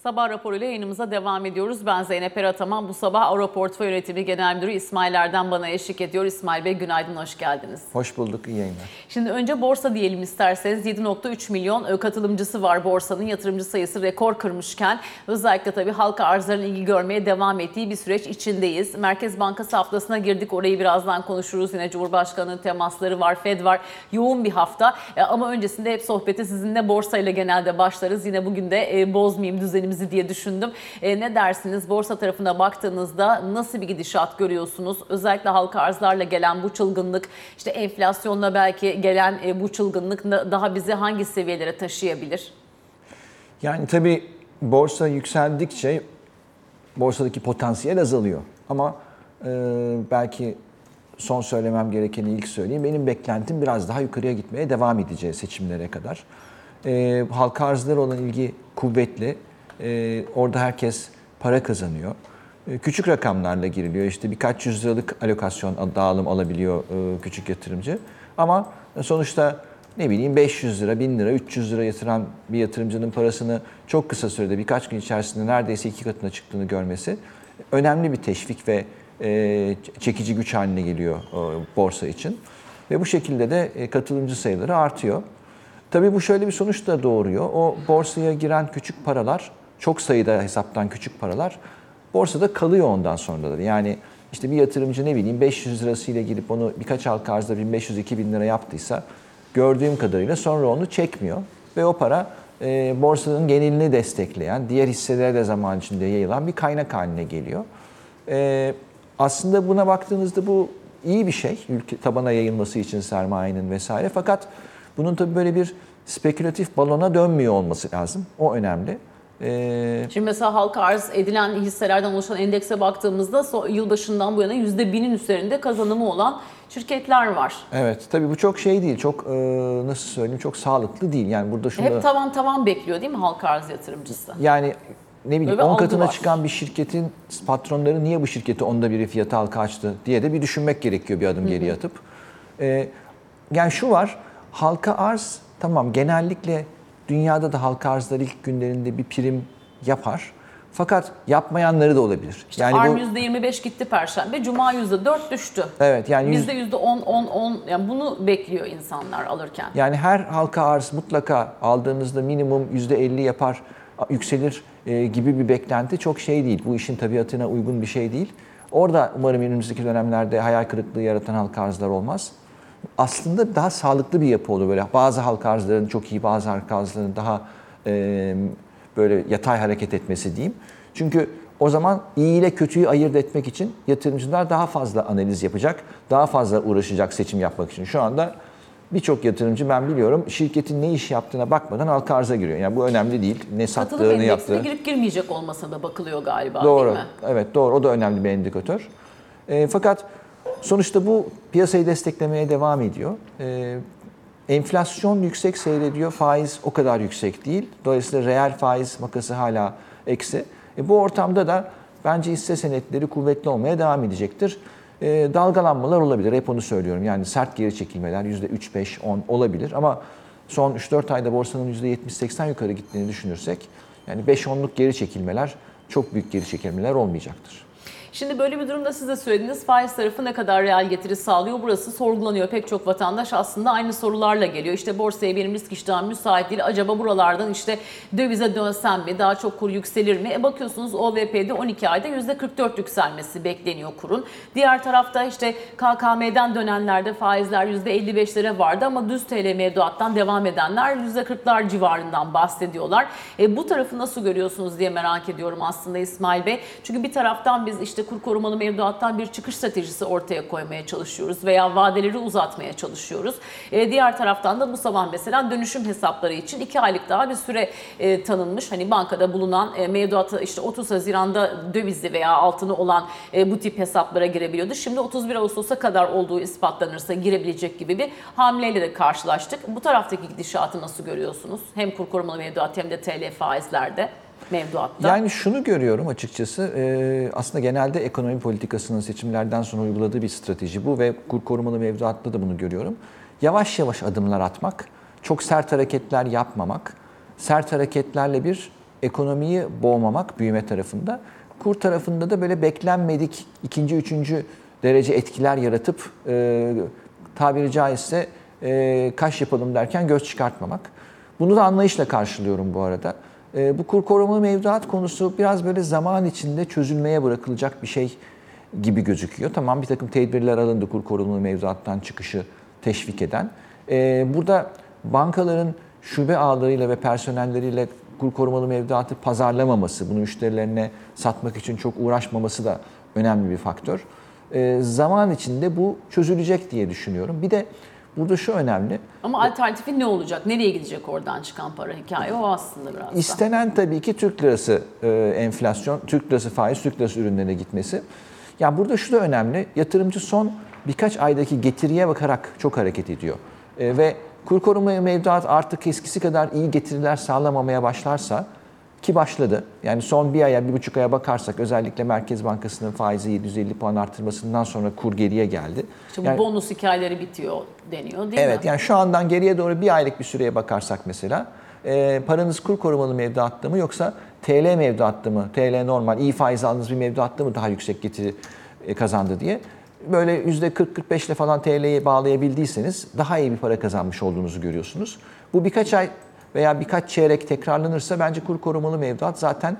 Sabah raporuyla yayınımıza devam ediyoruz. Ben Zeynep Erataman. Bu sabah Avroportföy Yönetimi Genel Müdürü İsmail Erdem bana eşlik ediyor. İsmail Bey günaydın, hoş geldiniz. Hoş bulduk, iyi yayınlar. Şimdi önce borsa diyelim isterseniz. 7,3 milyon katılımcısı var borsanın. Yatırımcı sayısı rekor kırmışken özellikle tabii halka arzların ilgi görmeye devam ettiği bir süreç içindeyiz. Merkez Bankası haftasına girdik. Orayı birazdan konuşuruz. Yine Cumhurbaşkanı'nın temasları var, Fed var. Yoğun bir hafta ama öncesinde hep sohbeti sizinle borsayla genelde başlarız. Yine bugün de bozmayayım düzenimizi diye düşündüm. Ne dersiniz? Borsa tarafına baktığınızda nasıl bir gidişat görüyorsunuz? Özellikle halka arzlarla gelen bu çılgınlık, işte enflasyonla belki gelen bu çılgınlık daha bizi hangi seviyelere taşıyabilir? Yani tabii borsa yükseldikçe borsadaki potansiyel azalıyor. Ama belki son söylemem gerekeni ilk söyleyeyim. Benim beklentim biraz daha yukarıya gitmeye devam edeceğiz seçimlere kadar. Halka arzlara olan ilgi kuvvetli. Orada herkes para kazanıyor. Küçük rakamlarla giriliyor. İşte birkaç yüz liralık alokasyon dağılım alabiliyor küçük yatırımcı. Ama sonuçta ne bileyim 500 lira, 1000 lira, 300 lira yatıran bir yatırımcının parasını çok kısa sürede birkaç gün içerisinde neredeyse 2 katına çıktığını görmesi önemli bir teşvik ve çekici güç haline geliyor borsa için. Ve bu şekilde de katılımcı sayıları artıyor. Tabii bu şöyle bir sonuç da doğuruyor. O borsaya giren küçük paralar, çok sayıda hesaptan küçük paralar borsada kalıyor ondan sonra da. Yani işte bir yatırımcı ne bileyim 500 lirasıyla girip onu birkaç halka arzda 1500-2000 lira yaptıysa gördüğüm kadarıyla sonra onu çekmiyor. Ve o para borsanın genelini destekleyen, diğer hisselere de zaman içinde yayılan bir kaynak haline geliyor. Aslında buna baktığınızda bu iyi bir şey. Ülke tabana yayılması için sermayenin vesaire. Fakat bunun tabii böyle bir spekülatif balona dönmüyor olması lazım. O önemli. Şimdi mesela halka arz edilen hisselerden oluşan endekse baktığımızda yılbaşından bu yana %1000'in üzerinde kazanımı olan şirketler var. Evet, tabii bu çok şey değil, çok nasıl söyleyeyim, çok sağlıklı değil. Yani burada şunu Hep tavan bekliyor değil mi halka arz yatırımcısı? Yani ne bileyim 10 katına var. çıkan bir şirketin patronları niye bu şirketi onda biri fiyatı halka açtı diye de bir düşünmek gerekiyor bir adım geriye atıp. Yani şu var, halka arz tamam genellikle dünyada da halka arzlar ilk günlerinde bir prim yapar. Fakat yapmayanları da olabilir. İşte yani ARM %25 gitti Perşembe, Cuma %4 düştü. Evet yani bizde %10, yani bunu bekliyor insanlar alırken. Yani her halka arz mutlaka aldığınızda minimum %50 yapar, yükselir gibi bir beklenti çok şey değil. Bu işin tabiatına uygun bir şey değil. Orada umarım önümüzdeki dönemlerde hayal kırıklığı yaratan halka arzlar olmaz. Aslında daha sağlıklı bir yapı olur böyle. Bazı halka arzların çok iyi, bazı halka arzların daha böyle yatay hareket etmesi diyeyim. Çünkü o zaman iyi ile kötüyü ayırt etmek için yatırımcılar daha fazla analiz yapacak, daha fazla uğraşacak seçim yapmak için. Şu anda birçok yatırımcı ben biliyorum şirketin ne iş yaptığına bakmadan halka arza giriyor. Yani bu önemli değil. Ne sattığı, Katılım ne yaptığı. endeksine girip girmeyecek olmasına da bakılıyor galiba Doğru. değil mi? Evet doğru. O da önemli bir indikatör. Fakat sonuçta bu piyasayı desteklemeye devam ediyor. Enflasyon yüksek seyrediyor. Faiz o kadar yüksek değil. Dolayısıyla reel faiz makası hala eksi. Bu ortamda da bence hisse senetleri kuvvetli olmaya devam edecektir. Dalgalanmalar olabilir. Hep onu söylüyorum. Yani sert geri çekilmeler %3, 5, 10 olabilir. Ama son 3-4 ayda borsanın %70-80 yukarı gittiğini düşünürsek yani 5-10'luk geri çekilmeler çok büyük geri çekilmeler olmayacaktır. Şimdi böyle bir durumda siz de söylediğiniz faiz tarafı ne kadar reel getiri sağlıyor? Burası sorgulanıyor. Pek çok vatandaş aslında aynı sorularla geliyor. İşte borsaya benim risk iştahım müsait değil. Acaba buralardan işte dövize dönsem mi? Daha çok kur yükselir mi? Bakıyorsunuz OVP'de 12 ayda %44 yükselmesi bekleniyor kurun. Diğer tarafta işte KKM'den dönenlerde faizler %55'lere vardı ama düz TL mevduattan devam edenler %40'lar civarından bahsediyorlar. Bu tarafı nasıl görüyorsunuz diye merak ediyorum aslında İsmail Bey. Çünkü bir taraftan biz işte kur korumalı mevduattan bir çıkış stratejisi ortaya koymaya çalışıyoruz veya vadeleri uzatmaya çalışıyoruz. Diğer taraftan da bu sabah mesela dönüşüm hesapları için 2 aylık daha bir süre tanınmış. Hani bankada bulunan mevduatı işte 30 Haziran'da dövizli veya altını olan bu tip hesaplara girebiliyordu. Şimdi 31 Ağustos'a kadar olduğu ispatlanırsa girebilecek gibi bir hamleyle de karşılaştık. Bu taraftaki gidişatı nasıl görüyorsunuz? Hem kur korumalı mevduat hem de TL faizlerde. Mevduatta. Yani şunu görüyorum açıkçası, aslında genelde ekonomi politikasının seçimlerden sonra uyguladığı bir strateji bu ve kur korumalı mevduatta da bunu görüyorum. Yavaş yavaş adımlar atmak, çok sert hareketler yapmamak, sert hareketlerle bir ekonomiyi boğmamak büyüme tarafında. Kur tarafında da böyle beklenmedik ikinci, üçüncü derece etkiler yaratıp tabiri caizse kaş yapalım derken göz çıkartmamak. Bunu da anlayışla karşılıyorum bu arada. Bu kur korumalı mevduat konusu biraz böyle zaman içinde çözülmeye bırakılacak bir şey gibi gözüküyor. Tamam, bir takım tedbirler alındı kur korumalı mevduattan çıkışı teşvik eden. Burada bankaların şube ağlarıyla ve personelleriyle kur korumalı mevduatı pazarlamaması, bunu müşterilerine satmak için çok uğraşmaması da önemli bir faktör. Zaman içinde bu çözülecek diye düşünüyorum. Bir de burada şu önemli. Ama alternatifi ne olacak? Nereye gidecek oradan çıkan para? Hikaye o aslında biraz da. İstenen tabii ki Türk lirası enflasyon, Türk lirası faiz, Türk lirası ürünlerine gitmesi. Ya burada şu da önemli. Yatırımcı son birkaç aydaki getiriye bakarak çok hareket ediyor. Ve kur koruma mevduat artık eskisi kadar iyi getiriler sağlamamaya başlarsa, ki başladı. Yani son bir aya, 1,5 aya bakarsak özellikle Merkez Bankası'nın faizi 750 puan artırmasından sonra kur geriye geldi. İşte bu yani, bonus hikayeleri bitiyor deniyor değil mi? Evet, yani şu andan geriye doğru bir aylık bir süreye bakarsak mesela paranız kur korumalı mevduatta mı yoksa TL mevduatta mı, TL normal iyi faiz aldığınız bir mevduatta mı daha yüksek getiri kazandı diye böyle %40-45 ile falan TL'yi bağlayabildiyseniz daha iyi bir para kazanmış olduğunuzu görüyorsunuz. Bu birkaç ay veya birkaç çeyrek tekrarlanırsa bence kur korumalı mevduat zaten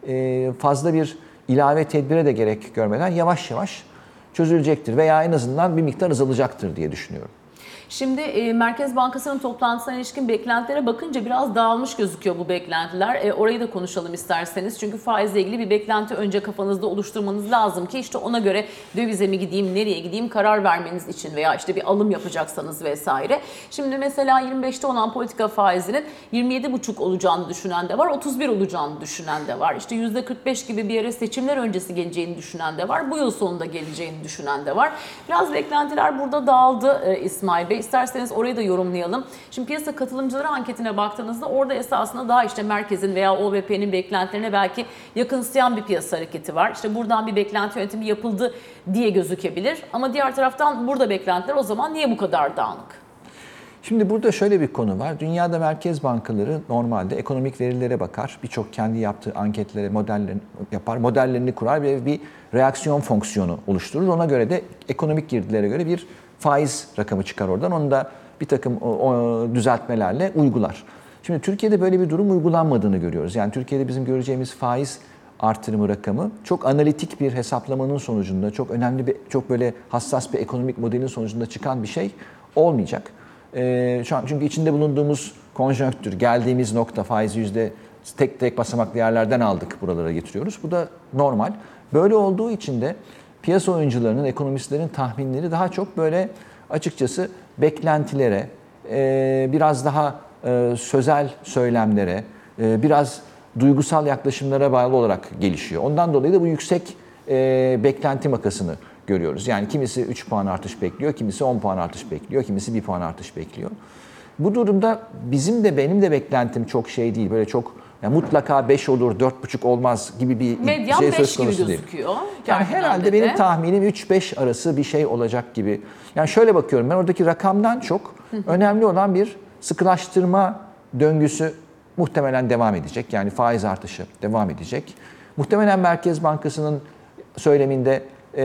fazla bir ilave tedbire de gerek görmeden yavaş yavaş çözülecektir veya en azından bir miktar azalacaktır diye düşünüyorum. Şimdi Merkez Bankası'nın toplantısına ilişkin beklentilere bakınca biraz dağılmış gözüküyor bu beklentiler. Orayı da konuşalım isterseniz. Çünkü faizle ilgili bir beklenti önce kafanızda oluşturmanız lazım ki işte ona göre dövize mi gideyim, nereye gideyim karar vermeniz için veya işte bir alım yapacaksanız vesaire. Şimdi mesela 25'te olan politika faizinin 27,5 olacağını düşünen de var, 31 olacağını düşünen de var. İşte %45 gibi bir yere seçimler öncesi geleceğini düşünen de var, bu yıl sonunda geleceğini düşünen de var. Biraz beklentiler burada dağıldı İsmail Bey. İsterseniz orayı da yorumlayalım. Şimdi piyasa katılımcıları anketine baktığınızda orada esasında daha işte merkezin veya OVP'nin beklentilerine belki yakınsayan bir piyasa hareketi var. İşte buradan bir beklenti yönetimi yapıldı diye gözükebilir. Ama diğer taraftan burada beklentiler o zaman niye bu kadar dağınık? Şimdi burada şöyle bir konu var. Dünyada merkez bankaları normalde ekonomik verilere bakar. Birçok kendi yaptığı anketlere, modellerini yapar. Modellerini kurar ve bir reaksiyon fonksiyonu oluşturur. Ona göre de ekonomik girdilere göre bir faiz rakamı çıkar oradan. Onu da bir takım düzeltmelerle uygular. Şimdi Türkiye'de böyle bir durum uygulanmadığını görüyoruz. Yani Türkiye'de bizim göreceğimiz faiz artırımı rakamı çok analitik bir hesaplamanın sonucunda, çok önemli bir, çok böyle hassas bir ekonomik modelin sonucunda çıkan bir şey olmayacak. Şu an çünkü içinde bulunduğumuz konjonktür, geldiğimiz nokta faizi tek tek basamaklı yerlerden aldık, buralara getiriyoruz. Bu da normal. Böyle olduğu için de piyasa oyuncularının, ekonomistlerin tahminleri daha çok böyle açıkçası beklentilere, biraz daha sözel söylemlere, biraz duygusal yaklaşımlara bağlı olarak gelişiyor. Ondan dolayı da bu yüksek beklenti makasını görüyoruz. Yani kimisi 3 puan artış bekliyor, kimisi 10 puan artış bekliyor, kimisi 1 puan artış bekliyor. Bu durumda benim de beklentim çok şey değil. Böyle çok yani mutlaka 5 olur, 4,5 olmaz gibi bir Medyan şey 5 söz gibi konusu değil. gözüküyor. Yani herhalde benim tahminim 3-5 arası bir şey olacak gibi. Yani şöyle bakıyorum, ben oradaki rakamdan çok önemli olan bir sıkılaştırma döngüsü muhtemelen devam edecek. Yani faiz artışı devam edecek. Muhtemelen Merkez Bankası'nın söyleminde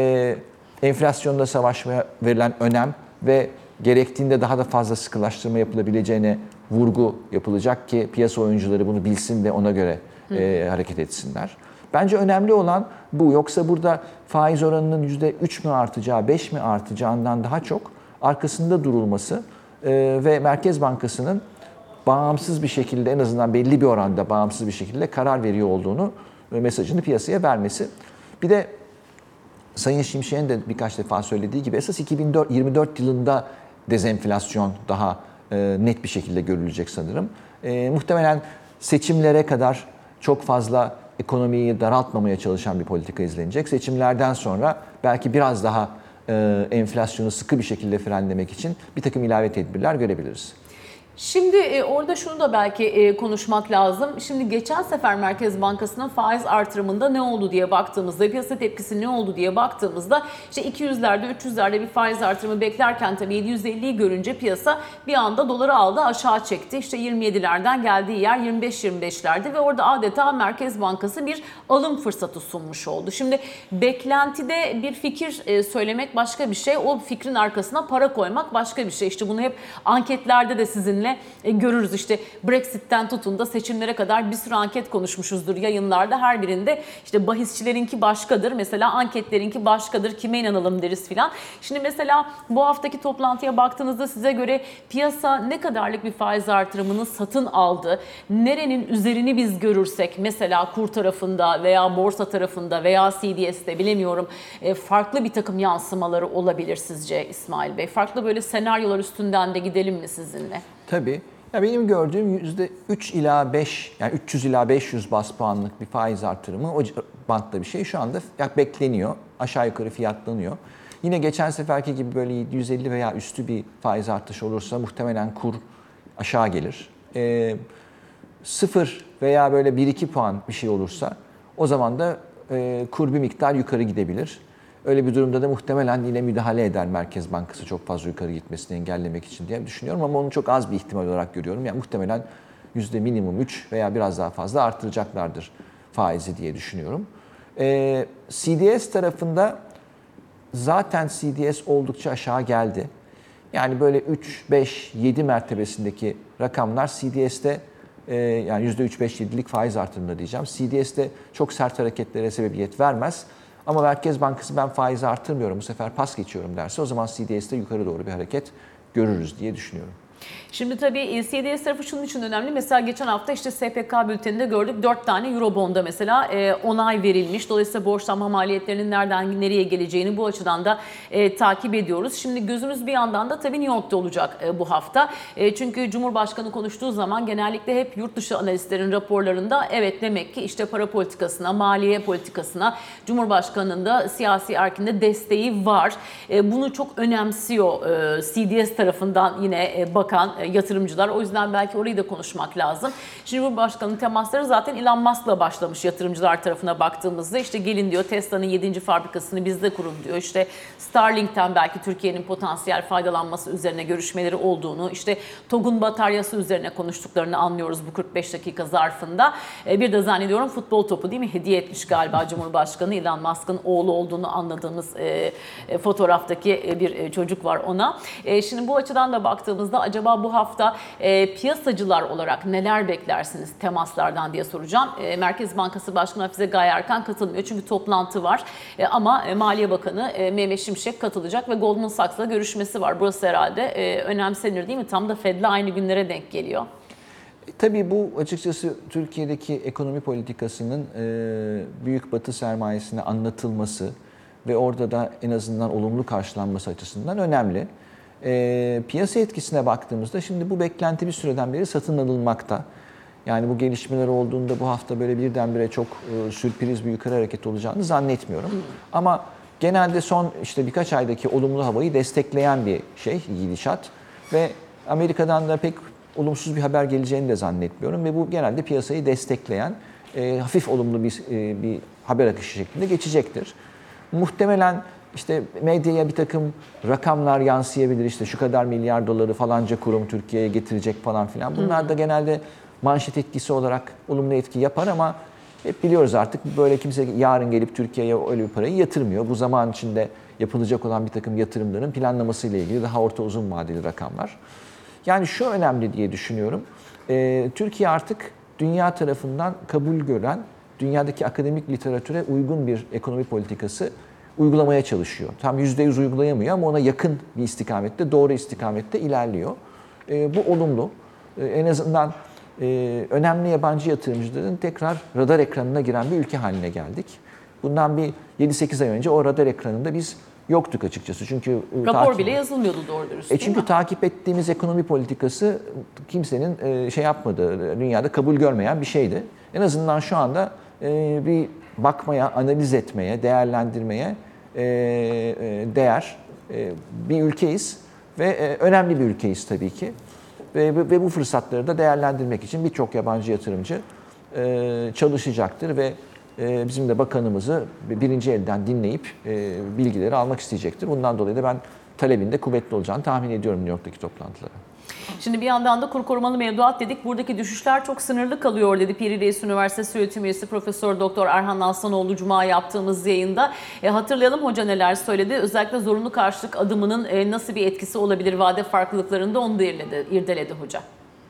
enflasyonda savaşmaya verilen önem ve gerektiğinde daha da fazla sıkılaştırma yapılabileceğine vurgu yapılacak ki piyasa oyuncuları bunu bilsin ve ona göre hareket etsinler. Bence önemli olan bu. Yoksa burada faiz oranının %3 mü artacağı, 5 mi artacağından daha çok arkasında durulması ve Merkez Bankası'nın bağımsız bir şekilde, en azından belli bir oranda bağımsız bir şekilde karar veriyor olduğunu mesajını piyasaya vermesi. Bir de Sayın Şimşek'in de birkaç defa söylediği gibi esas 2024 yılında dezenflasyon daha net bir şekilde görülecek sanırım. Muhtemelen seçimlere kadar çok fazla ekonomiyi daraltmamaya çalışan bir politika izlenecek. Seçimlerden sonra belki biraz daha enflasyonu sıkı bir şekilde frenlemek için bir takım ilave tedbirler görebiliriz. Şimdi orada şunu da belki konuşmak lazım. Şimdi geçen sefer Merkez Bankası'nın faiz artırımında ne oldu diye baktığımızda, piyasa tepkisi ne oldu diye baktığımızda işte 200'lerde 300'lerde bir faiz artırımı beklerken tabii 750'yi görünce piyasa bir anda doları aldı aşağı çekti. İşte 27'lerden geldiği yer 25-25'lerdi ve orada adeta Merkez Bankası bir alım fırsatı sunmuş oldu. Şimdi beklentide bir fikir söylemek başka bir şey, o fikrin arkasına para koymak başka bir şey. İşte bunu hep anketlerde de sizinle görürüz. İşte Brexit'ten tutun da seçimlere kadar bir sürü anket konuşmuşuzdur yayınlarda. Her birinde işte bahisçilerinki başkadır. Mesela anketlerinki başkadır. Kime inanalım deriz filan. Şimdi mesela bu haftaki toplantıya baktığınızda size göre piyasa ne kadarlık bir faiz artırımını satın aldı? Nerenin üzerini biz görürsek mesela kur tarafında veya borsa tarafında veya CDS'te bilemiyorum farklı bir takım yansımaları olabilir sizce İsmail Bey? Farklı böyle senaryolar üstünden de gidelim mi sizinle? Tabii. Ya benim gördüğüm %3 ila 5, yani 300 ila 500 bas puanlık bir faiz artırımı o bantta bir şey şu anda bekleniyor. Aşağı yukarı fiyatlanıyor. Yine geçen seferki gibi böyle 750 veya üstü bir faiz artışı olursa muhtemelen kur aşağı gelir. 0 veya böyle 1-2 puan bir şey olursa o zaman da kur bir miktar yukarı gidebilir. Öyle bir durumda da muhtemelen yine müdahale eder Merkez Bankası çok fazla yukarı gitmesini engellemek için diye düşünüyorum ama onu çok az bir ihtimal olarak görüyorum. Yani muhtemelen minimum 3 veya biraz daha fazla artıracaklardır faizi diye düşünüyorum. CDS tarafında zaten CDS oldukça aşağı geldi. Yani böyle 3, 5, 7 mertebesindeki rakamlar CDS'te yani %3-5-7'lik faiz artırımında diyeceğim. CDS'te çok sert hareketlere sebebiyet vermez. Ama Merkez Bankası ben faizi artırmıyorum, bu sefer pas geçiyorum derse o zaman CDS'te yukarı doğru bir hareket görürüz diye düşünüyorum. Şimdi tabii CDS tarafı şunun için önemli. Mesela geçen hafta işte SPK bülteninde gördük 4 tane Eurobond'a mesela onay verilmiş. Dolayısıyla borçlanma maliyetlerinin nereden nereye geleceğini bu açıdan da takip ediyoruz. Şimdi gözümüz bir yandan da tabii New York'ta olacak bu hafta. Çünkü Cumhurbaşkanı konuştuğu zaman genellikle hep yurt dışı analistlerin raporlarında evet demek ki işte para politikasına, maliye politikasına Cumhurbaşkanı'nın da siyasi erkinde desteği var. Bunu çok önemsiyor CDS tarafından yine bakan yatırımcılar. O yüzden belki orayı da konuşmak lazım. Şimdi Cumhurbaşkanı'nın temasları zaten Elon Musk'la başlamış yatırımcılar tarafına baktığımızda. İşte gelin diyor Tesla'nın 7. fabrikasını bizde kurun diyor. İşte Starlink'ten belki Türkiye'nin potansiyel faydalanması üzerine görüşmeleri olduğunu, işte TOG'un bataryası üzerine konuştuklarını anlıyoruz bu 45 dakika zarfında. Bir de zannediyorum futbol topu değil mi? Hediye etmiş galiba Cumhurbaşkanı Elon Musk'ın oğlu olduğunu anladığımız fotoğraftaki bir çocuk var ona. Şimdi bu açıdan da baktığımızda acaba bu hafta piyasacılar olarak neler beklersiniz temaslardan diye soracağım. Merkez Bankası Başkanı Hafize Gaye Erkan katılmıyor çünkü toplantı var. Ama Maliye Bakanı Mehmet Şimşek katılacak ve Goldman Sachs'la görüşmesi var. Burası herhalde önemsenir değil mi? Tam da Fed'le aynı günlere denk geliyor. Tabii bu açıkçası Türkiye'deki ekonomi politikasının büyük batı sermayesine anlatılması ve orada da en azından olumlu karşılanması açısından önemli. Piyasa etkisine baktığımızda şimdi bu beklenti bir süreden beri satın alınmakta. Yani bu gelişmeler olduğunda bu hafta böyle birdenbire çok sürpriz bir yukarı hareket olacağını zannetmiyorum. Ama genelde son işte birkaç aydaki olumlu havayı destekleyen bir gidişat ve Amerika'dan da pek olumsuz bir haber geleceğini de zannetmiyorum ve bu genelde piyasayı destekleyen hafif olumlu bir haber akışı şeklinde geçecektir. Muhtemelen işte medyaya bir takım rakamlar yansıyabilir. İşte şu kadar milyar doları falanca kurum Türkiye'ye getirecek falan filan. Bunlar da genelde manşet etkisi olarak olumlu etki yapar ama hep biliyoruz artık böyle kimse yarın gelip Türkiye'ye öyle bir parayı yatırmıyor. Bu zaman içinde yapılacak olan bir takım yatırımların planlamasıyla ilgili daha orta uzun vadeli rakamlar. Yani şu önemli diye düşünüyorum. Türkiye artık dünya tarafından kabul gören, dünyadaki akademik literatüre uygun bir ekonomi politikası uygulamaya çalışıyor. Tam %100 uygulayamıyor ama ona yakın bir istikamette, doğru istikamette ilerliyor. Bu olumlu. En azından önemli yabancı yatırımcıların tekrar radar ekranına giren bir ülke haline geldik. Bundan bir 7-8 ay önce o radar ekranında biz yoktuk açıkçası. Çünkü rapor bile yazılmıyordu doğru dürüst. Çünkü takip ettiğimiz ekonomi politikası kimsenin yapmadığı, dünyada kabul görmeyen bir şeydi. En azından şu anda bir bakmaya, analiz etmeye, değerlendirmeye değer bir ülkeyiz ve önemli bir ülkeyiz tabii ki. Ve bu fırsatları da değerlendirmek için birçok yabancı yatırımcı çalışacaktır ve bizim de bakanımızı birinci elden dinleyip bilgileri almak isteyecektir. Bundan dolayı da ben talebin de kuvvetli olacağını tahmin ediyorum New York'taki toplantılara. Şimdi bir yandan da kur korumalı mevduat dedik. Buradaki düşüşler çok sınırlı kalıyor dedi Piri Reis Üniversitesi öğretim üyesi Profesör Doktor Erhan Aslanoğlu Cuma yaptığımız yayında. Hatırlayalım hoca neler söyledi. Özellikle zorunlu karşılık adımının nasıl bir etkisi olabilir vade farklılıklarında onu da irdeledi hoca.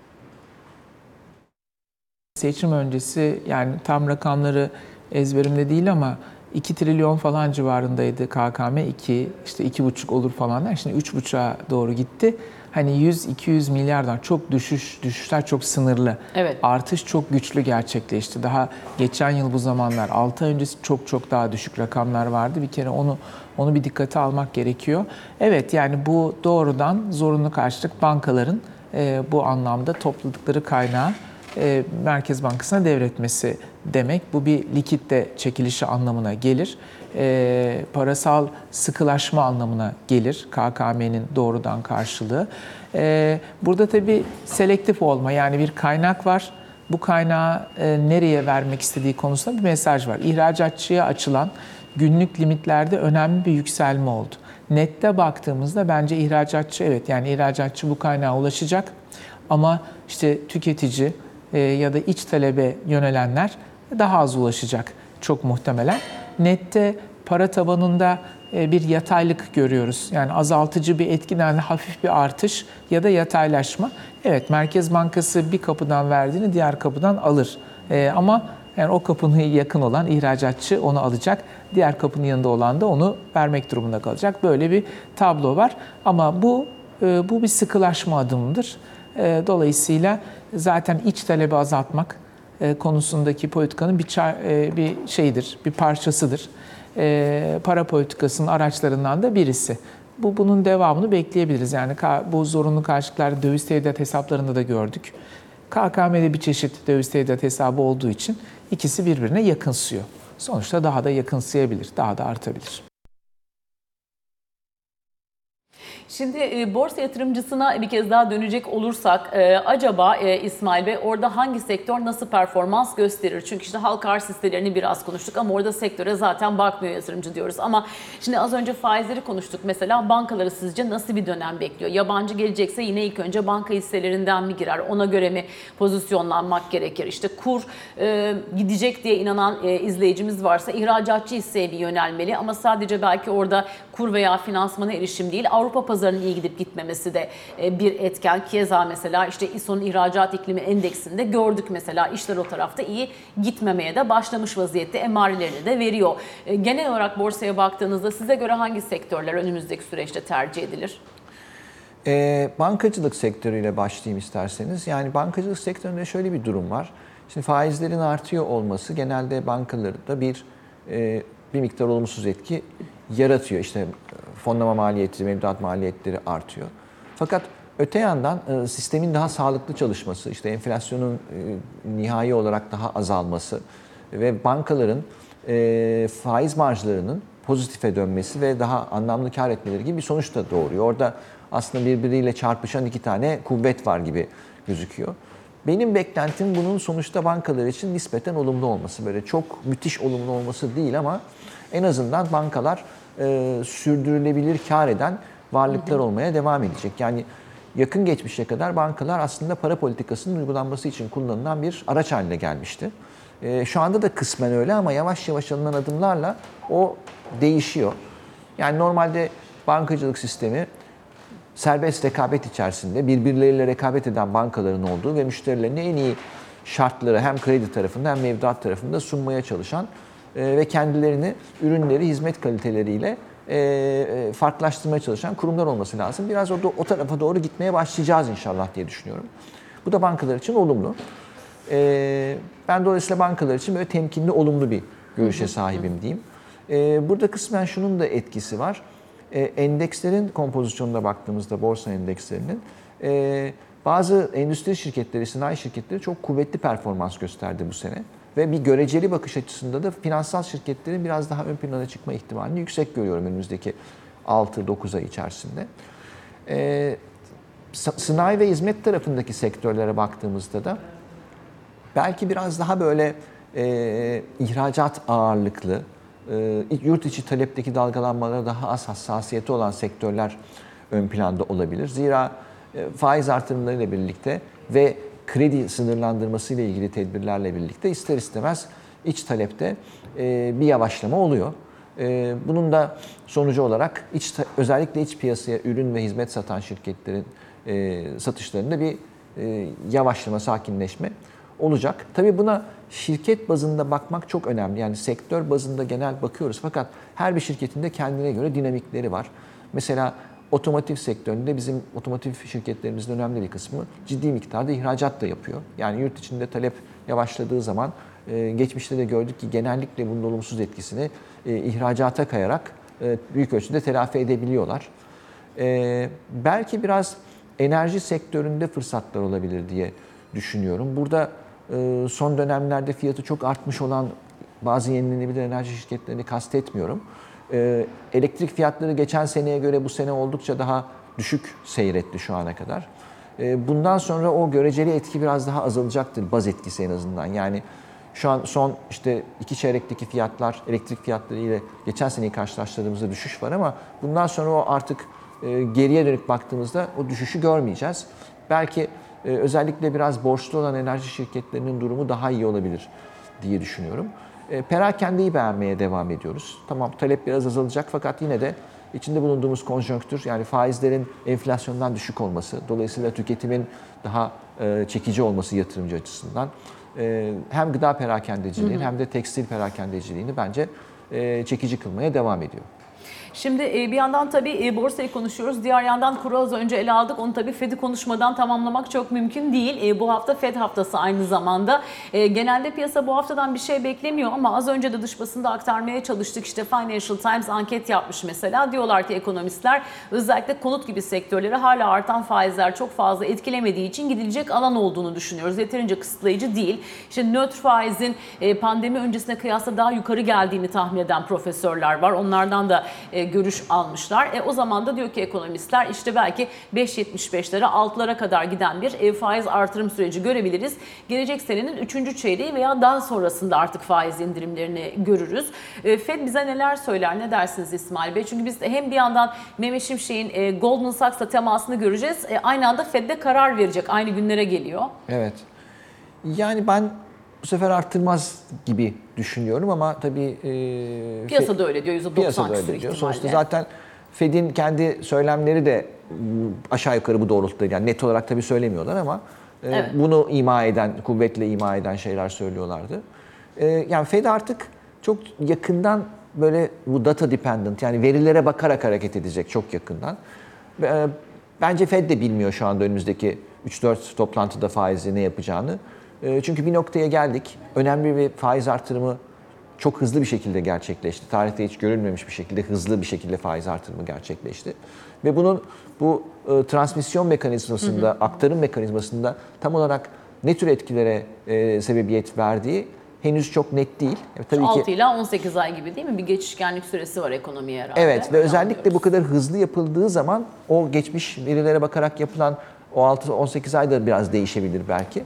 Seçim öncesi yani tam rakamları ezberimde değil ama 2 trilyon falan civarındaydı KKM, işte 2,5 olur falan der. Şimdi 3,5'a doğru gitti. Hani 100-200 milyardan çok düşüşler çok sınırlı. Evet. Artış çok güçlü gerçekleşti. Daha geçen yıl bu zamanlar 6 ay öncesi çok daha düşük rakamlar vardı. Bir kere onu bir dikkate almak gerekiyor. Evet yani bu doğrudan zorunlu karşılık bankaların bu anlamda topladıkları kaynağı Merkez Bankası'na devretmesi demek. Bu bir likitte çekilişi anlamına gelir. Parasal sıkılaşma anlamına gelir. KKM'nin doğrudan karşılığı. Burada tabii selektif olma, yani bir kaynak var. Bu kaynağı nereye vermek istediği konusunda bir mesaj var. İhracatçıya açılan günlük limitlerde önemli bir yükselme oldu. Nette baktığımızda bence ihracatçı, evet yani ihracatçı bu kaynağa ulaşacak ama işte tüketici ya da iç talebe yönelenler daha az ulaşacak çok muhtemelen. Nette para tabanında bir yataylık görüyoruz. Yani azaltıcı bir etkiden hafif bir artış ya da yataylaşma. Evet, Merkez Bankası bir kapıdan verdiğini diğer kapıdan alır. Ama yani o kapının yakın olan ihracatçı onu alacak. Diğer kapının yanında olan da onu vermek durumunda kalacak. Böyle bir tablo var. Ama bu bir sıkılaşma adımıdır. Dolayısıyla zaten iç talebi azaltmak konusundaki politikanın bir şeyidir, bir parçasıdır. Para politikasının araçlarından da birisi. Bunun devamını bekleyebiliriz. Yani bu zorunlu karşılıklar döviz tevdiat hesaplarında da gördük. KKM'de bir çeşit döviz tevdiat hesabı olduğu için ikisi birbirine yakınsıyor. Sonuçta daha da yakınsayabilir, daha da artabilir. Şimdi borsa yatırımcısına bir kez daha dönecek olursak acaba İsmail Bey orada hangi sektör nasıl performans gösterir? Çünkü işte halka arz hisselerini biraz konuştuk ama orada sektöre zaten bakmıyor yatırımcı diyoruz. Ama şimdi az önce faizleri konuştuk. Mesela bankaları sizce nasıl bir dönem bekliyor? Yabancı gelecekse yine ilk önce banka hisselerinden mi girer? Ona göre mi pozisyonlanmak gerekir? İşte kur gidecek diye inanan izleyicimiz varsa ihracatçı hisseye mi yönelmeli? Ama sadece belki orada kur veya finansmana erişim değil, Avrupa pazarının iyi gidip gitmemesi de bir etken. Keza mesela işte İSO'nun ihracat iklimi endeksinde gördük mesela işler o tarafta iyi gitmemeye de başlamış vaziyette, emarelerini de veriyor. Genel olarak borsaya baktığınızda size göre hangi sektörler önümüzdeki süreçte tercih edilir? Bankacılık sektörüyle başlayayım isterseniz. Yani bankacılık sektöründe şöyle bir durum var. Şimdi faizlerin artıyor olması genelde bankalarda bir miktar olumsuz etki yaratıyor. İşte fonlama maliyeti, mevduat maliyetleri artıyor. Fakat öte yandan sistemin daha sağlıklı çalışması, işte enflasyonun nihai olarak daha azalması ve bankaların faiz marjlarının pozitife dönmesi ve daha anlamlı kar etmeleri gibi bir sonuç da doğuruyor. Orada aslında birbiriyle çarpışan iki tane kuvvet var gibi gözüküyor. Benim beklentim bunun sonuçta bankalar için nispeten olumlu olması. Böyle çok müthiş olumlu olması değil ama en azından bankalar sürdürülebilir kar eden varlıklar olmaya devam edecek. Yani yakın geçmişe kadar bankalar aslında para politikasının uygulanması için kullanılan bir araç haline gelmişti. Şu anda da kısmen öyle ama yavaş yavaş alınan adımlarla o değişiyor. Yani normalde bankacılık sistemi serbest rekabet içerisinde birbirleriyle rekabet eden bankaların olduğu ve müşterilerine en iyi şartları hem kredi tarafında hem mevduat tarafında sunmaya çalışan ve kendilerini ürünleri, hizmet kaliteleriyle farklılaştırmaya çalışan kurumlar olması lazım. Biraz o tarafa doğru gitmeye başlayacağız inşallah diye düşünüyorum. Bu da bankalar için olumlu. Ben dolayısıyla bankalar için böyle temkinli, olumlu bir görüşe sahibim diyeyim. Burada kısmen şunun da etkisi var. Endekslerin kompozisyonuna baktığımızda borsa endekslerinin bazı endüstri şirketleri, sanayi şirketleri çok kuvvetli performans gösterdi bu sene. Ve bir göreceli bakış açısında da finansal şirketlerin biraz daha ön plana çıkma ihtimalini yüksek görüyorum önümüzdeki 6-9 ay içerisinde. Sanayi ve hizmet tarafındaki sektörlere baktığımızda da belki biraz daha böyle ihracat ağırlıklı, yurt içi talepteki dalgalanmalara daha az hassasiyeti olan sektörler ön planda olabilir. Zira faiz artırımlarıyla birlikte ve kredi sınırlandırması ile ilgili tedbirlerle birlikte ister istemez iç talepte bir yavaşlama oluyor. Bunun da sonucu olarak özellikle iç piyasaya ürün ve hizmet satan şirketlerin satışlarında bir yavaşlama, sakinleşme olacak. Tabii buna şirket bazında bakmak çok önemli. Yani sektör bazında genel bakıyoruz fakat her bir şirketin de kendine göre dinamikleri var. Mesela otomotiv sektöründe bizim otomotiv şirketlerimizin önemli bir kısmı ciddi miktarda ihracat da yapıyor. Yani yurt içinde talep yavaşladığı zaman geçmişte de gördük ki genellikle bunun olumsuz etkisini ihracata kayarak büyük ölçüde telafi edebiliyorlar. Belki biraz enerji sektöründe fırsatlar olabilir diye düşünüyorum. Burada son dönemlerde fiyatı çok artmış olan bazı yenilenebilir enerji şirketlerini kastetmiyorum. Elektrik fiyatları geçen seneye göre bu sene oldukça daha düşük seyretti şu ana kadar. Bundan sonra o göreceli etki biraz daha azalacaktır, baz etkisi en azından. Yani şu an son işte 2 çeyrekteki fiyatlar, elektrik fiyatları ile geçen seneyi karşılaştırdığımızda düşüş var ama bundan sonra o artık geriye dönük baktığımızda o düşüşü görmeyeceğiz. Belki özellikle biraz borçlu olan enerji şirketlerinin durumu daha iyi olabilir diye düşünüyorum. Perakendeyi beğenmeye devam ediyoruz. Tamam, talep biraz azalacak fakat yine de içinde bulunduğumuz konjonktür, yani faizlerin enflasyondan düşük olması, dolayısıyla tüketimin daha çekici olması yatırımcı açısından hem gıda perakendeciliğini hem de tekstil perakendeciliğini bence çekici kılmaya devam ediyor. Şimdi bir yandan tabii borsayı konuşuyoruz. Diğer yandan kuru az önce ele aldık. Onu tabii Fed'i konuşmadan tamamlamak çok mümkün değil. Bu hafta Fed haftası aynı zamanda. Genelde piyasa bu haftadan bir şey beklemiyor ama az önce de dış basında aktarmaya çalıştık. İşte Financial Times anket yapmış mesela. Diyorlar ki ekonomistler özellikle konut gibi sektörleri hala artan faizler çok fazla etkilemediği için gidilecek alan olduğunu düşünüyoruz. Yeterince kısıtlayıcı değil. İşte nötr faizin pandemi öncesine kıyasla daha yukarı geldiğini tahmin eden profesörler var. Onlardan da görüş almışlar. O zaman da diyor ki ekonomistler işte belki 5.75'lere 6'lara kadar giden bir faiz artırım süreci görebiliriz. Gelecek senenin 3. çeyreği veya daha sonrasında artık faiz indirimlerini görürüz. Fed bize neler söyler? Ne dersiniz İsmail Bey? Çünkü biz hem bir yandan Mehmet Şimşek'in Goldman Sachs'la temasını göreceğiz. Aynı anda Fed'de karar verecek. Aynı günlere geliyor. Evet. Yani ben bu sefer arttırmaz gibi düşünüyorum ama tabii piyasa da öyle diyor, %90 piyasa da öyle diyor. Sonuçta zaten Fed'in kendi söylemleri de aşağı yukarı bu doğrultuda, yani net olarak tabii söylemiyorlar ama evet, bunu ima eden, kuvvetle ima eden şeyler söylüyorlardı. Yani Fed artık çok yakından böyle bu data dependent, yani verilere bakarak hareket edecek çok yakından. Bence Fed de bilmiyor şu anda önümüzdeki 3-4 toplantıda faizi ne yapacağını. Çünkü bir noktaya geldik. Önemli bir faiz artırımı çok hızlı bir şekilde gerçekleşti. Tarihte hiç görülmemiş bir şekilde, hızlı bir şekilde faiz artırımı gerçekleşti. Ve bunun bu transmisyon mekanizmasında, aktarım mekanizmasında tam olarak ne tür etkilere sebebiyet verdiği henüz çok net değil. Tabii 6 ila 18 ay gibi değil mi? Bir geçişkenlik süresi var ekonomiye herhalde. Evet ve özellikle bu kadar hızlı yapıldığı zaman o geçmiş verilere bakarak yapılan o 6-18 ay da biraz değişebilir belki.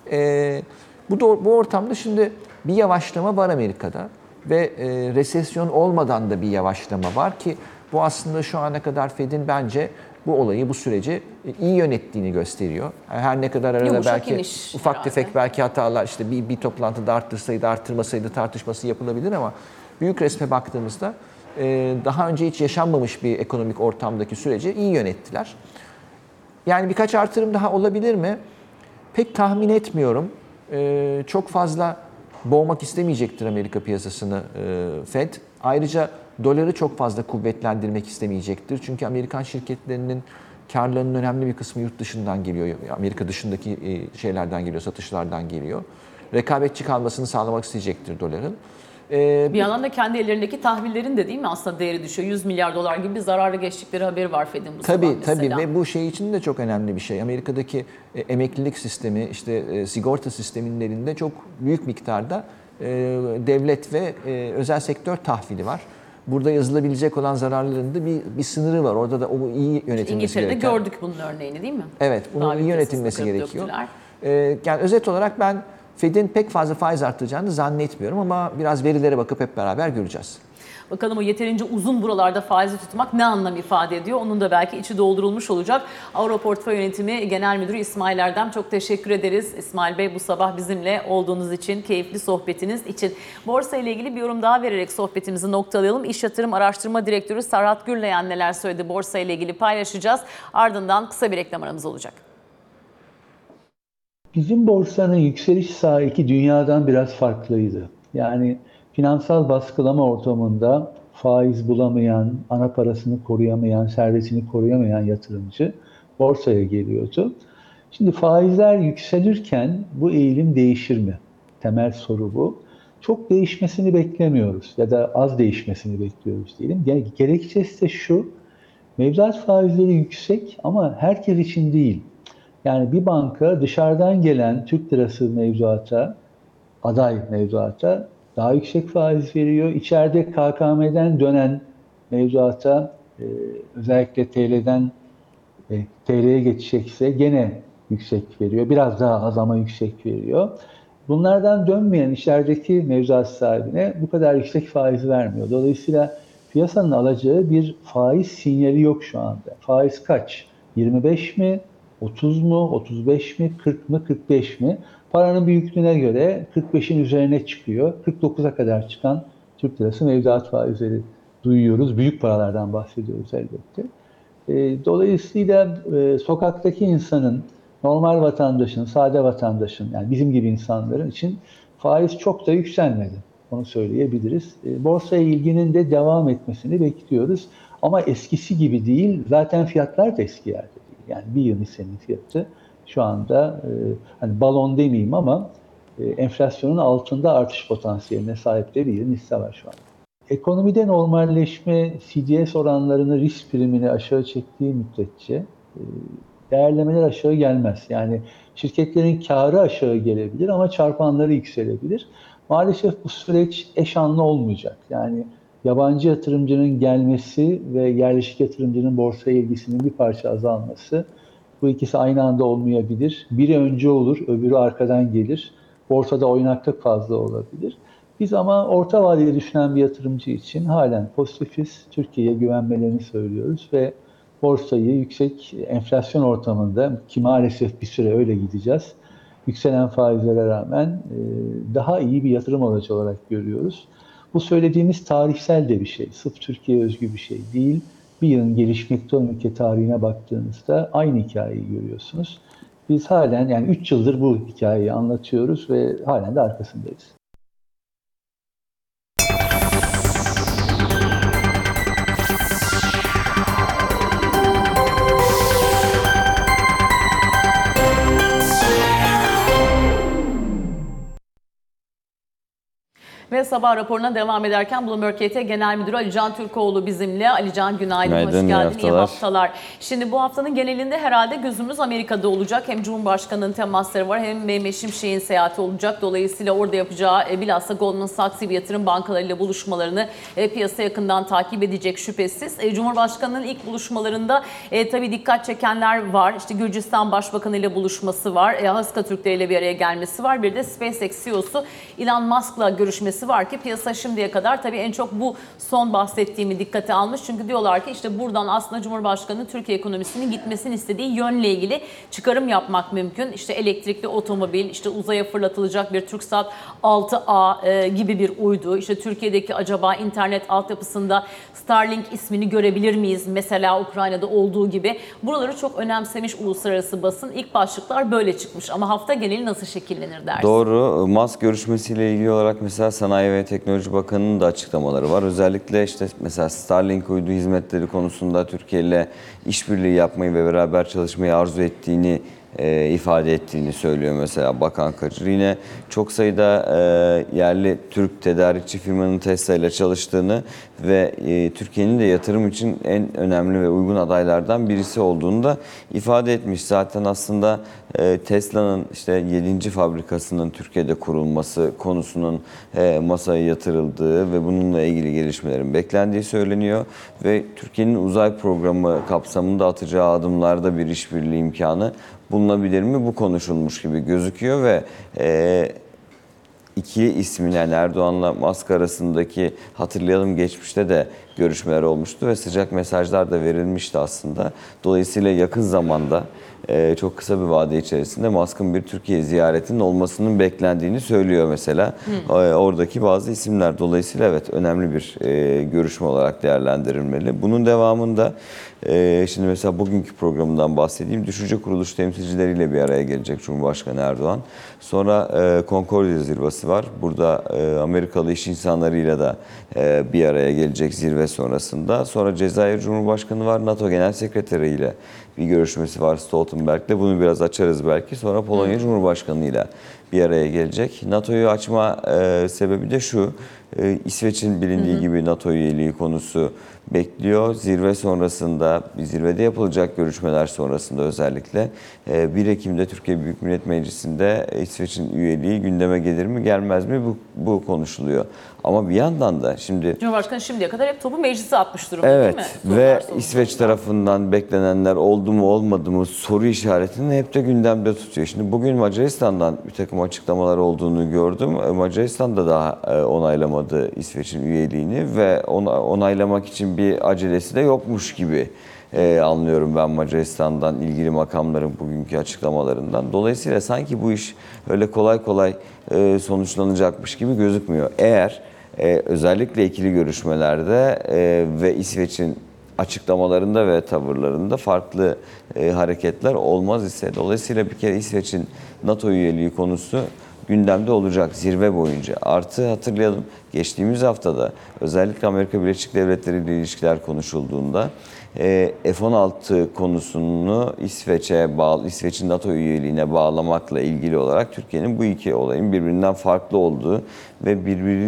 Bu ortamda şimdi bir yavaşlama var Amerika'da ve resesyon olmadan da bir yavaşlama var ki bu aslında şu ana kadar Fed'in bence bu olayı, bu süreci iyi yönettiğini gösteriyor. Yani her ne kadar arada yumuşak belki ufak tefek belki hatalar, işte bir toplantıda arttırsaydı, arttırmasaydı tartışması yapılabilir ama büyük resme baktığımızda daha önce hiç yaşanmamış bir ekonomik ortamdaki süreci iyi yönettiler. Yani birkaç artırım daha olabilir mi? Pek tahmin etmiyorum. Çok fazla boğmak istemeyecektir Amerika piyasasını Fed. Ayrıca doları çok fazla kuvvetlendirmek istemeyecektir. Çünkü Amerikan şirketlerinin karlarının önemli bir kısmı yurt dışından geliyor. Amerika dışındaki şeylerden geliyor, satışlardan geliyor. Rekabetçi kalmasını sağlamak isteyecektir doların. Bir yandan da kendi ellerindeki tahvillerin de değil mi aslında değeri düşüyor. 100 milyar dolar gibi bir zararlı geçtikleri haberi var Fed'in bu sabah mesela. Tabii ve bu şey için de çok önemli bir şey. Amerika'daki emeklilik sistemi, işte sigorta sistemlerinde çok büyük miktarda devlet ve özel sektör tahvili var. burada yazılabilecek olan zararların da bir sınırı var. Orada da o iyi yönetilmesi İngiltere'de gereken. gördük bunun örneğini değil mi? Evet, bunun Davet iyi yönetilmesi yasasını kırıp gerekiyor. döktüler. Yani özet olarak ben Fed'in pek fazla faiz arttıracağını zannetmiyorum ama biraz verilere bakıp hep beraber göreceğiz. Bakalım o yeterince uzun buralarda faizi tutmak ne anlam ifade ediyor? Onun da belki içi doldurulmuş olacak. Avro Portföy Yönetimi Genel Müdürü İsmail Erdem, çok teşekkür ederiz. İsmail Bey, bu sabah bizimle olduğunuz için, keyifli sohbetiniz için. Borsa ile ilgili bir yorum daha vererek sohbetimizi noktalayalım. İş Yatırım Araştırma Direktörü Serhat Gürleyen neler söyledi borsa ile ilgili paylaşacağız. Ardından kısa bir reklam aramız olacak. Bizim borsanın yükseliş sahiki dünyadan biraz farklıydı. Yani finansal baskılama ortamında faiz bulamayan, ana parasını koruyamayan, servetini koruyamayan yatırımcı borsaya geliyordu. Şimdi faizler yükselirken bu eğilim değişir mi? Temel soru bu. Çok değişmesini beklemiyoruz ya da az değişmesini bekliyoruz diyelim. Gerekçesi de şu, mevduat faizleri yüksek ama herkes için değil. Yani bir banka dışarıdan gelen Türk lirası mevduata, aday mevduata daha yüksek faiz veriyor. İçeride KKM'den dönen mevduata özellikle TL'ye geçecekse gene yüksek veriyor. Biraz daha az ama yüksek veriyor. Bunlardan dönmeyen içerideki mevduat sahibine bu kadar yüksek faiz vermiyor. Dolayısıyla piyasanın alacağı bir faiz sinyali yok şu anda. Faiz kaç? 25 mi? 30 mu? 35 mi? 40 mı? 45 mi? Paranın büyüklüğüne göre 45'in üzerine çıkıyor. 49'a kadar çıkan Türk lirası mevduat faizleri duyuyoruz. Büyük paralardan bahsediyoruz elbette. Dolayısıyla sokaktaki insanın, normal vatandaşın, sade vatandaşın, yani bizim gibi insanların için faiz çok da yükselmedi. Onu söyleyebiliriz. Borsaya ilginin de devam etmesini bekliyoruz. Ama eskisi gibi değil. Zaten fiyatlar da eski yerde değil. Yani bir yıl hissenin fiyatı şu anda hani balon demeyeyim ama enflasyonun altında artış potansiyeline sahip de bir yılın hisse var şu anda. Ekonomide normalleşme CDS oranlarını, risk primini aşağı çektiği müddetçe değerlemeler aşağı gelmez. Yani şirketlerin karı aşağı gelebilir ama çarpanları yükselebilir. Maalesef bu süreç eş anlı olmayacak. Yani yabancı yatırımcının gelmesi ve yerleşik yatırımcının borsaya ilgisinin bir parça azalması, bu ikisi aynı anda olmayabilir. Biri önce olur, öbürü arkadan gelir. Borsada oynaklık fazla olabilir. Biz ama orta vadeli düşünen bir yatırımcı için halen pozitifiz. Türkiye'ye güvenmelerini söylüyoruz ve borsayı yüksek enflasyon ortamında, ki maalesef bir süre öyle gideceğiz, yükselen faizlere rağmen daha iyi bir yatırım aracı olarak görüyoruz. Bu söylediğimiz tarihsel de bir şey. Sırf Türkiye'ye özgü bir şey değil. Bir yılın gelişmekte olan ülke tarihine baktığınızda aynı hikayeyi görüyorsunuz. Biz halen, yani 3 yıldır bu hikayeyi anlatıyoruz ve halen de arkasındayız. Ve sabah raporuna devam ederken Bloomberg KT Genel Müdürü Alican Türkoğlu bizimle. Alican, günaydın, hoş Günaydın, geldin, iyi iyi haftalar. Şimdi bu haftanın genelinde herhalde gözümüz Amerika'da olacak. Hem Cumhurbaşkanı'nın temasları var, hem Mehmet Şimşek'in seyahati olacak. Dolayısıyla orada yapacağı bilhassa Goldman Sachs gibi yatırım bankalarıyla buluşmalarını piyasa yakından takip edecek şüphesiz. Cumhurbaşkanı'nın ilk buluşmalarında tabii dikkat çekenler var. İşte Gürcistan Başbakanı ile buluşması var. Haska Türkler ile bir araya gelmesi var. Bir de SpaceX CEO'su Elon Musk'la görüşmesi var ki piyasa şimdiye kadar tabii en çok bu son bahsettiğimi dikkate almış. Çünkü diyorlar ki işte buradan aslında Cumhurbaşkanı Türkiye ekonomisinin gitmesini istediği yönle ilgili çıkarım yapmak mümkün. İşte elektrikli otomobil, işte uzaya fırlatılacak bir TürkSat 6A gibi bir uydu. İşte Türkiye'deki acaba internet altyapısında Starlink ismini görebilir miyiz? Mesela Ukrayna'da olduğu gibi. Buraları çok önemsemiş uluslararası basın. İlk başlıklar böyle çıkmış ama hafta geneli nasıl şekillenir dersin? Doğru. Musk görüşmesiyle ilgili olarak mesela Sanayi ve Teknoloji Bakanı'nın da açıklamaları var. Özellikle işte mesela Starlink uydu hizmetleri konusunda Türkiye ile işbirliği yapmayı ve beraber çalışmayı arzu ettiğini ifade ettiğini söylüyor mesela Bakan Kacır. Yine çok sayıda yerli Türk tedarikçi firmanın Tesla ile çalıştığını ve Türkiye'nin de yatırım için en önemli ve uygun adaylardan birisi olduğunu da ifade etmiş. Zaten aslında Tesla'nın işte 7. fabrikasının Türkiye'de kurulması konusunun masaya yatırıldığı ve bununla ilgili gelişmelerin beklendiği söyleniyor ve Türkiye'nin uzay programı kapsamında atacağı adımlarda bir işbirliği imkanı bulunabilir mi? Bu konuşulmuş gibi gözüküyor ve ikili ismin yani Erdoğan'la Musk arasındaki hatırlayalım geçmişte de görüşmeler olmuştu ve sıcak mesajlar da verilmişti aslında. Dolayısıyla yakın zamanda çok kısa bir vade içerisinde Musk'ın bir Türkiye ziyaretinin olmasının beklendiğini söylüyor mesela. Oradaki bazı isimler. Dolayısıyla evet önemli bir görüşme olarak değerlendirilmeli. Bunun devamında şimdi mesela bugünkü programından bahsedeyim. Düşünce kuruluş temsilcileriyle bir araya gelecek Cumhurbaşkanı Erdoğan. Sonra Concordia zirvesi var. Burada Amerikalı iş insanlarıyla da bir araya gelecek zirve sonrasında. Sonra Cezayir Cumhurbaşkanı var. NATO Genel Sekreteri ile bir görüşmesi var Stoltenberg'le. Bunu biraz açarız belki. Sonra Polonya Cumhurbaşkanı ile bir araya gelecek. NATO'yu açma sebebi de şu. İsveç'in bilindiği gibi NATO üyeliği konusu bekliyor. Zirve sonrasında, zirvede yapılacak görüşmeler sonrasında özellikle 1 Ekim'de Türkiye Büyük Millet Meclisi'nde İsveç'in üyeliği gündeme gelir mi gelmez mi bu konuşuluyor. Ama bir yandan da şimdi... Cumhurbaşkanı şimdiye kadar hep topu meclise atmış durumda Evet değil mi? ve Sorular İsveç tarafından beklenenler oldu mu olmadı mı soru işaretini hep de gündemde tutuyor. Şimdi bugün Macaristan'dan bir takım açıklamalar olduğunu gördüm. Macaristan da daha onaylamadı İsveç'in üyeliğini ve onaylamak için bir acelesi de yokmuş gibi anlıyorum ben Macaristan'dan ilgili makamların bugünkü açıklamalarından. Dolayısıyla sanki bu iş öyle kolay kolay sonuçlanacakmış gibi gözükmüyor. Eğer özellikle ikili görüşmelerde ve İsveç'in açıklamalarında ve tavırlarında farklı hareketler olmaz ise dolayısıyla bir kere İsveç'in NATO üyeliği konusu gündemde olacak zirve boyunca. Artı hatırlayalım geçtiğimiz haftada özellikle Amerika Birleşik Devletleri ile ilişkiler konuşulduğunda F-16 konusunu İsveç'in NATO üyeliğine bağlamakla ilgili olarak Türkiye'nin bu iki olayın birbirinden farklı olduğu ve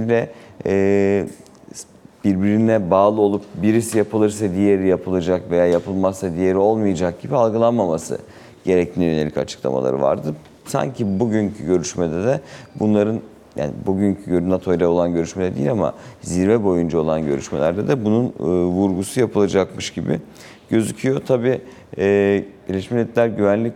birbirine bağlı olup birisi yapılırsa diğeri yapılacak veya yapılmazsa diğeri olmayacak gibi algılanmaması gerektiğine yönelik açıklamaları vardı. Sanki bugünkü görüşmede de bunların yani bugünkü NATO ile olan görüşmede değil ama zirve boyunca olan görüşmelerde de bunun vurgusu yapılacakmış gibi gözüküyor. Tabii Birleşmiş Milletler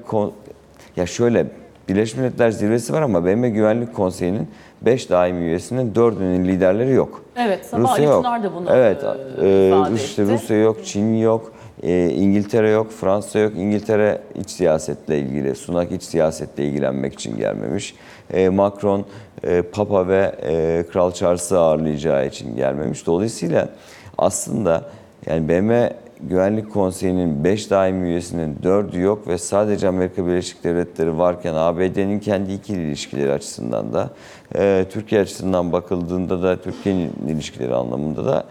Birleşmiş Milletler zirvesi var ama BM Güvenlik Konseyi'nin 5 daimi üyesinin 4'ünün liderleri yok. Evet, sabah Rusya Ali yok. Çınar da bunu Evet, ifade etti. Rusya yok, Çin yok, İngiltere yok, Fransa yok. İngiltere iç siyasetle ilgili, Sunak iç siyasetle ilgilenmek için gelmemiş. Macron, Papa ve Kral Charles'ı ağırlayacağı için gelmemiş. Dolayısıyla aslında yani BM Güvenlik Konseyi'nin 5 daimi üyesinin 4'ü yok ve sadece Amerika Birleşik Devletleri varken ABD'nin kendi ikili ilişkileri açısından da Türkiye açısından bakıldığında da Türkiye'nin ilişkileri anlamında da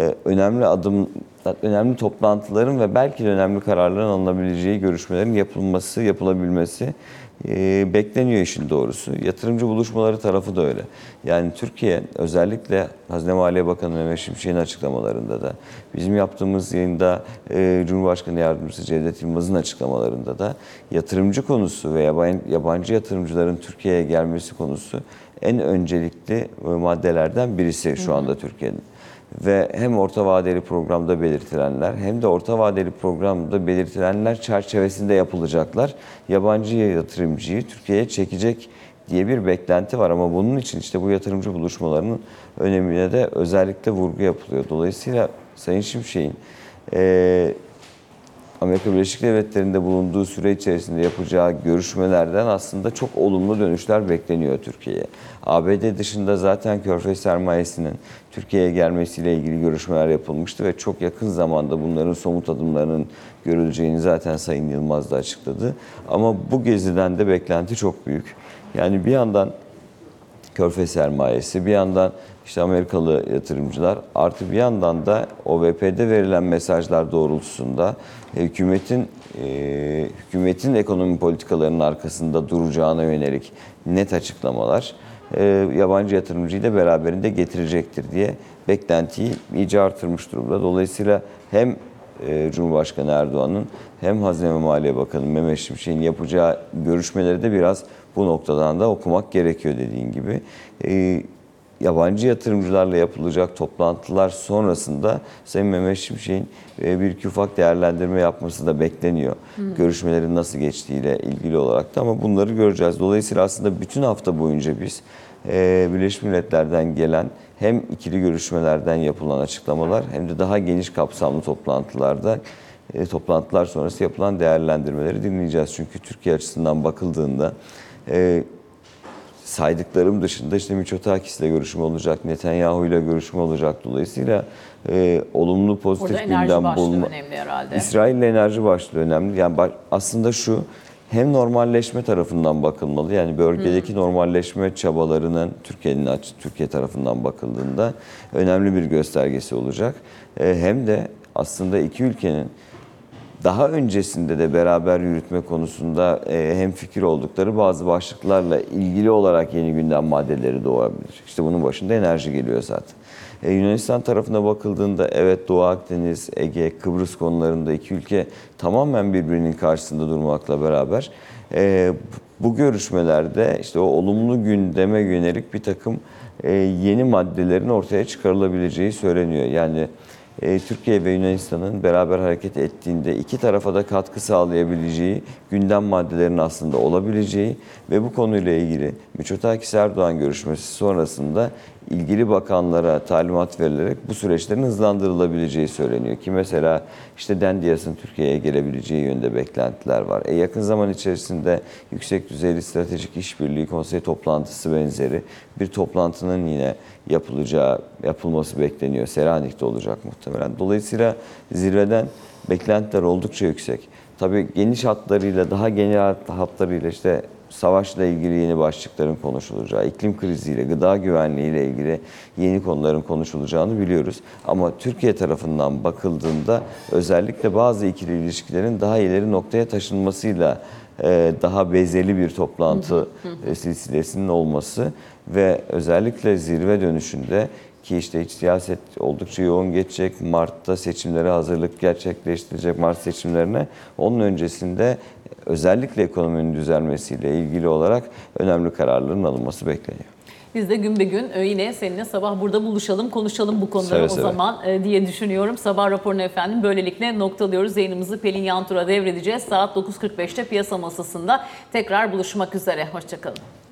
önemli toplantıların ve belki de önemli kararların alınabileceği görüşmelerin yapılabilmesi bekleniyor işin doğrusu. Yatırımcı buluşmaları tarafı da öyle. Yani Türkiye özellikle Hazine Maliye Bakanı Mehmet Şimşek'in açıklamalarında da bizim yaptığımız yayında Cumhurbaşkanı Yardımcısı Cevdet Yılmaz'ın açıklamalarında da yatırımcı konusu ve yabancı yatırımcıların Türkiye'ye gelmesi konusu en öncelikli maddelerden birisi şu anda Türkiye'nin. Ve hem orta vadeli programda belirtilenler hem de orta vadeli programda belirtilenler çerçevesinde yapılacaklar. Yabancı yatırımcıyı Türkiye'ye çekecek diye bir beklenti var ama bunun için işte bu yatırımcı buluşmalarının önemine de özellikle vurgu yapılıyor. Dolayısıyla Sayın Şimşek'in Amerika Birleşik Devletleri'nde bulunduğu süre içerisinde yapacağı görüşmelerden aslında çok olumlu dönüşler bekleniyor Türkiye'ye. ABD dışında zaten Körfez sermayesinin Türkiye'ye gelmesiyle ilgili görüşmeler yapılmıştı ve çok yakın zamanda bunların somut adımlarının görüleceğini zaten Sayın Yılmaz da açıkladı. Ama bu geziden de beklenti çok büyük. Yani bir yandan Körfez sermayesi, bir yandan işte Amerikalı yatırımcılar, artı bir yandan da OVP'de verilen mesajlar doğrultusunda hükümetin ekonomi politikalarının arkasında duracağına yönelik net açıklamalar yabancı yatırımcıyı da beraberinde getirecektir diye beklentiyi iyice artırmış durumda. Dolayısıyla hem Cumhurbaşkanı Erdoğan'ın hem Hazine ve Maliye Bakanı Mehmet Şimşek'in yapacağı görüşmeleri de biraz bu noktadan da okumak gerekiyor dediğin gibi. Yabancı yatırımcılarla yapılacak toplantılar sonrasında Sayın Mehmet Şimşek'in bir iki ufak değerlendirme yapması da bekleniyor. Görüşmelerin nasıl geçtiğiyle ilgili olarak da, ama bunları göreceğiz. Dolayısıyla aslında bütün hafta boyunca biz Birleşmiş Milletler'den gelen hem ikili görüşmelerden yapılan açıklamalar hem de daha geniş kapsamlı toplantılar sonrası yapılan değerlendirmeleri dinleyeceğiz. Çünkü Türkiye açısından bakıldığında saydıklarım dışında işte Mitsotakis'le görüşme olacak, Netanyahu ile görüşme olacak. Dolayısıyla olumlu pozitif Orada enerji gündem başlığı bulma. önemli herhalde. İsrail'le enerji başlığı önemli. Yani aslında şu, hem normalleşme tarafından bakılmalı. Yani bölgedeki normalleşme çabalarının Türkiye tarafından bakıldığında önemli bir göstergesi olacak. Hem de aslında iki ülkenin daha öncesinde de beraber yürütme konusunda hemfikir oldukları bazı başlıklarla ilgili olarak yeni gündem maddeleri doğabilir. İşte bunun başında enerji geliyor zaten. Yunanistan tarafına bakıldığında evet, Doğu Akdeniz, Ege, Kıbrıs konularında iki ülke tamamen birbirinin karşısında durmakla beraber bu görüşmelerde işte o olumlu gündeme yönelik bir takım yeni maddelerin ortaya çıkarılabileceği söyleniyor. Yani Türkiye ve Yunanistan'ın beraber hareket ettiğinde iki tarafa da katkı sağlayabileceği gündem maddelerinin aslında olabileceği ve bu konuyla ilgili Mitsotakis-Erdoğan görüşmesi sonrasında ilgili bakanlara talimat verilerek bu süreçlerin hızlandırılabileceği söyleniyor ki mesela işte Dendias'ın Türkiye'ye gelebileceği yönde beklentiler var. Yakın zaman içerisinde yüksek düzeyli stratejik işbirliği konsey toplantısı benzeri bir toplantının yine yapılması bekleniyor. Selanik'te olacak muhtemelen. Dolayısıyla zirveden beklentiler oldukça yüksek. Tabii geniş hatlarıyla, daha genel hatlarıyla işte savaşla ilgili yeni başlıkların konuşulacağı, iklim kriziyle, gıda güvenliğiyle ilgili yeni konuların konuşulacağını biliyoruz. Ama Türkiye tarafından bakıldığında özellikle bazı ikili ilişkilerin daha ileri noktaya taşınmasıyla daha bezeli bir toplantı silsilesinin olması ve özellikle zirve dönüşünde ki işte iç siyaset oldukça yoğun geçecek. Mart'ta seçimlere hazırlık gerçekleştirecek, Mart seçimlerine. Onun öncesinde özellikle ekonominin düzelmesiyle ilgili olarak önemli kararların alınması bekleniyor. Biz de gün be gün yine seninle sabah burada buluşalım, konuşalım bu konuları Seve seve. o zaman diye düşünüyorum. Sabah raporunu efendim böylelikle noktalıyoruz. Yayınımızı Pelin Yantur'a devredeceğiz. Saat 9.45'te piyasa masasında tekrar buluşmak üzere. Hoşçakalın.